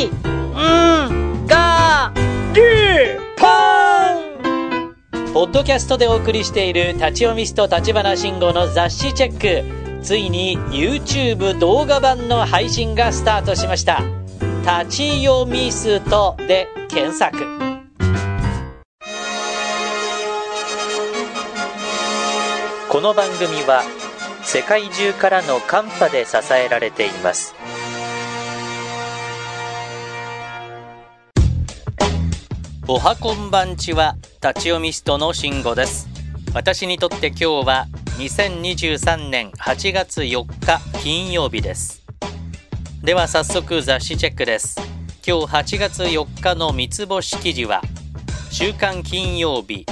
いがるぽん。ポッドキャストでお送りしている立ち読みスト立花慎吾の雑誌チェック、ついに YouTube 動画版の配信がスタートしました。立ち読みストで検索。この番組は世界中からのカンパで支えられています。おはこんばんちは、立ち読みストの慎吾です。私にとって今日は2023年8月4日金曜日です。では早速雑誌チェックです。今日8月4日の三つ星記事は週刊金曜日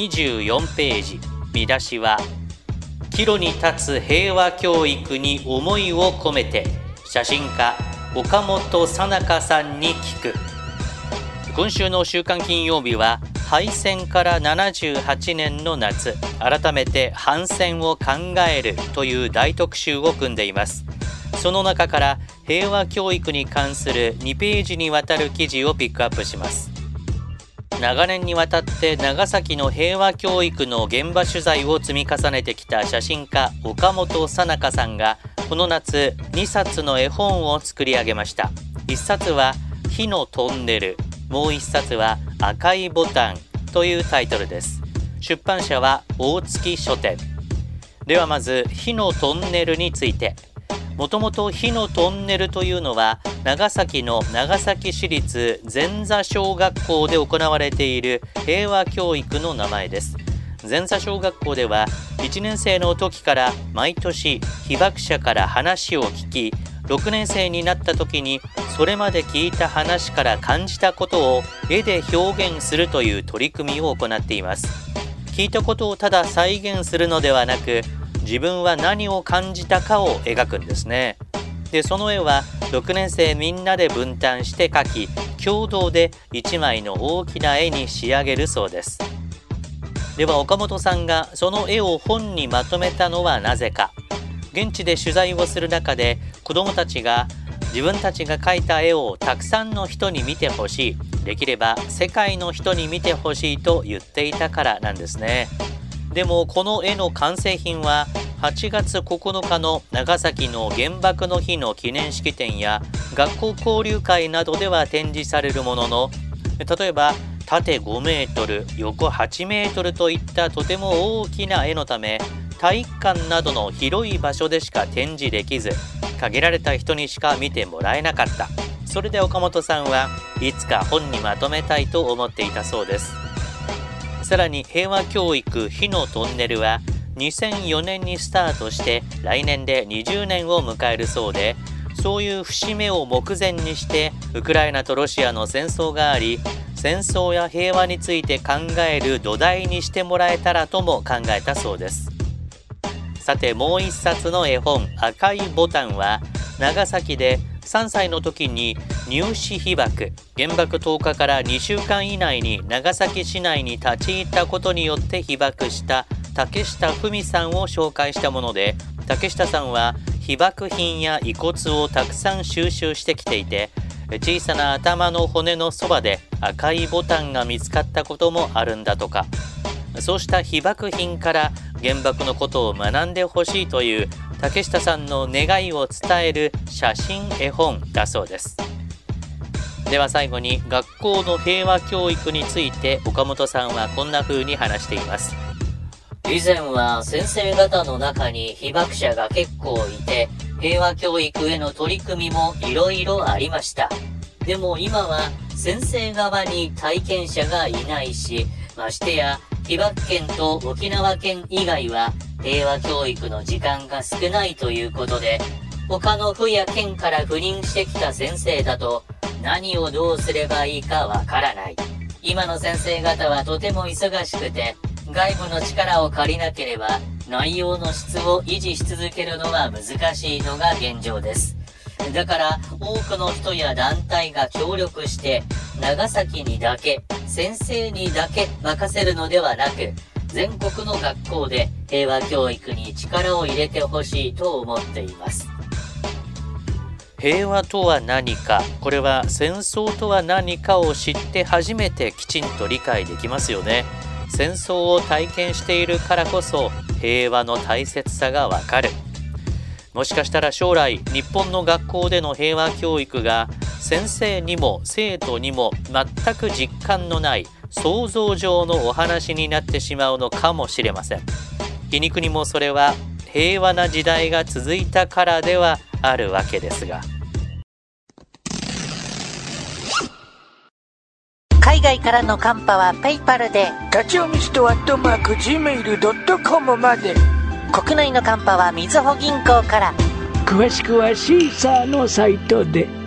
24ページ、見出しは岐路に立つ平和教育に思いを込めて、写真家岡本さなかさんに聞く。今週の週刊金曜日は敗戦から78年の夏、改めて反戦を考えるという大特集を組んでいます。その中から平和教育に関する2ページにわたる記事をピックアップします。長年にわたって長崎の平和教育の現場取材を積み重ねてきた写真家岡本さなかさんがこの夏2冊の絵本を作り上げました。1冊は火のトンネル、もう1冊は赤いボタンというタイトルです。出版社は大月書店。ではまず火のトンネルについて。もともと火のトンネルというのは長崎の長崎市立前座小学校で行われている平和教育の名前です。前座小学校では1年生の時から毎年被爆者から話を聞き、6年生になった時にそれまで聞いた話から感じたことを絵で表現するという取り組みを行っています。聞いたことをただ再現するのではなく、自分は何を感じたかを描くんですね。で、その絵は6年生みんなで分担して描き、共同で1枚の大きな絵に仕上げるそうです。では岡本さんがその絵を本にまとめたのはなぜか。現地で取材をする中で子どもたちが自分たちが描いた絵をたくさんの人に見てほしい、できれば世界の人に見てほしいと言っていたからなんですね。でもこの絵の完成品は8月9日の長崎の原爆の日の記念式典や学校交流会などでは展示されるものの、例えば縦5メートル横8メートルといったとても大きな絵のため、体育館などの広い場所でしか展示できず、限られた人にしか見てもらえなかった。それで岡本さんはいつか本にまとめたいと思っていたそうです。さらに平和教育火のトンネルは2004年にスタートして来年で20年を迎えるそうで、そういう節目を目前にしてウクライナとロシアの戦争があり、戦争や平和について考える土台にしてもらえたらとも考えたそうです。さてもう一冊の絵本赤いボタンは長崎で3歳の時に入試被爆、原爆投下から2週間以内に長崎市内に立ち入ったことによって被爆した竹下文さんを紹介したもので、竹下さんは被爆品や遺骨をたくさん収集してきていて、小さな頭の骨のそばで赤いボタンが見つかったこともあるんだとか。そうした被爆品から原爆のことを学んでほしいという竹下さんの願いを伝える写真絵本だそうです。では最後に学校の平和教育について岡本さんはこんな風に話しています。 以前は先生方の中に被爆者が結構いて、平和教育への取り組みもいろいろありました。でも今は先生側に体験者がいないし、ましてや被爆県と沖縄県以外は平和教育の時間が少ないということで、他の府や県から赴任してきた先生だと何をどうすればいいかわからない。今の先生方はとても忙しくて、外部の力を借りなければ内容の質を維持し続けるのは難しいのが現状です。だから多くの人や団体が協力して長崎にだけ、先生にだけ任せるのではなく、全国の学校で平和教育に力を入れてほしいと思っています。 平和とは何か、これは戦争とは何かを知って初めてきちんと理解できますよね。戦争を体験しているからこそ平和の大切さがわかる。もしかしたら将来日本の学校での平和教育が先生にも生徒にも全く実感のない想像上のお話になってしまうのかもしれません。皮肉にもそれは平和な時代が続いたからではあるわけですが。 海外からのカンパはペイパルで、 立ち読みスト@gmail.com まで。 国内のカンパはみずほ銀行から。 詳しくはシーサーのサイトで。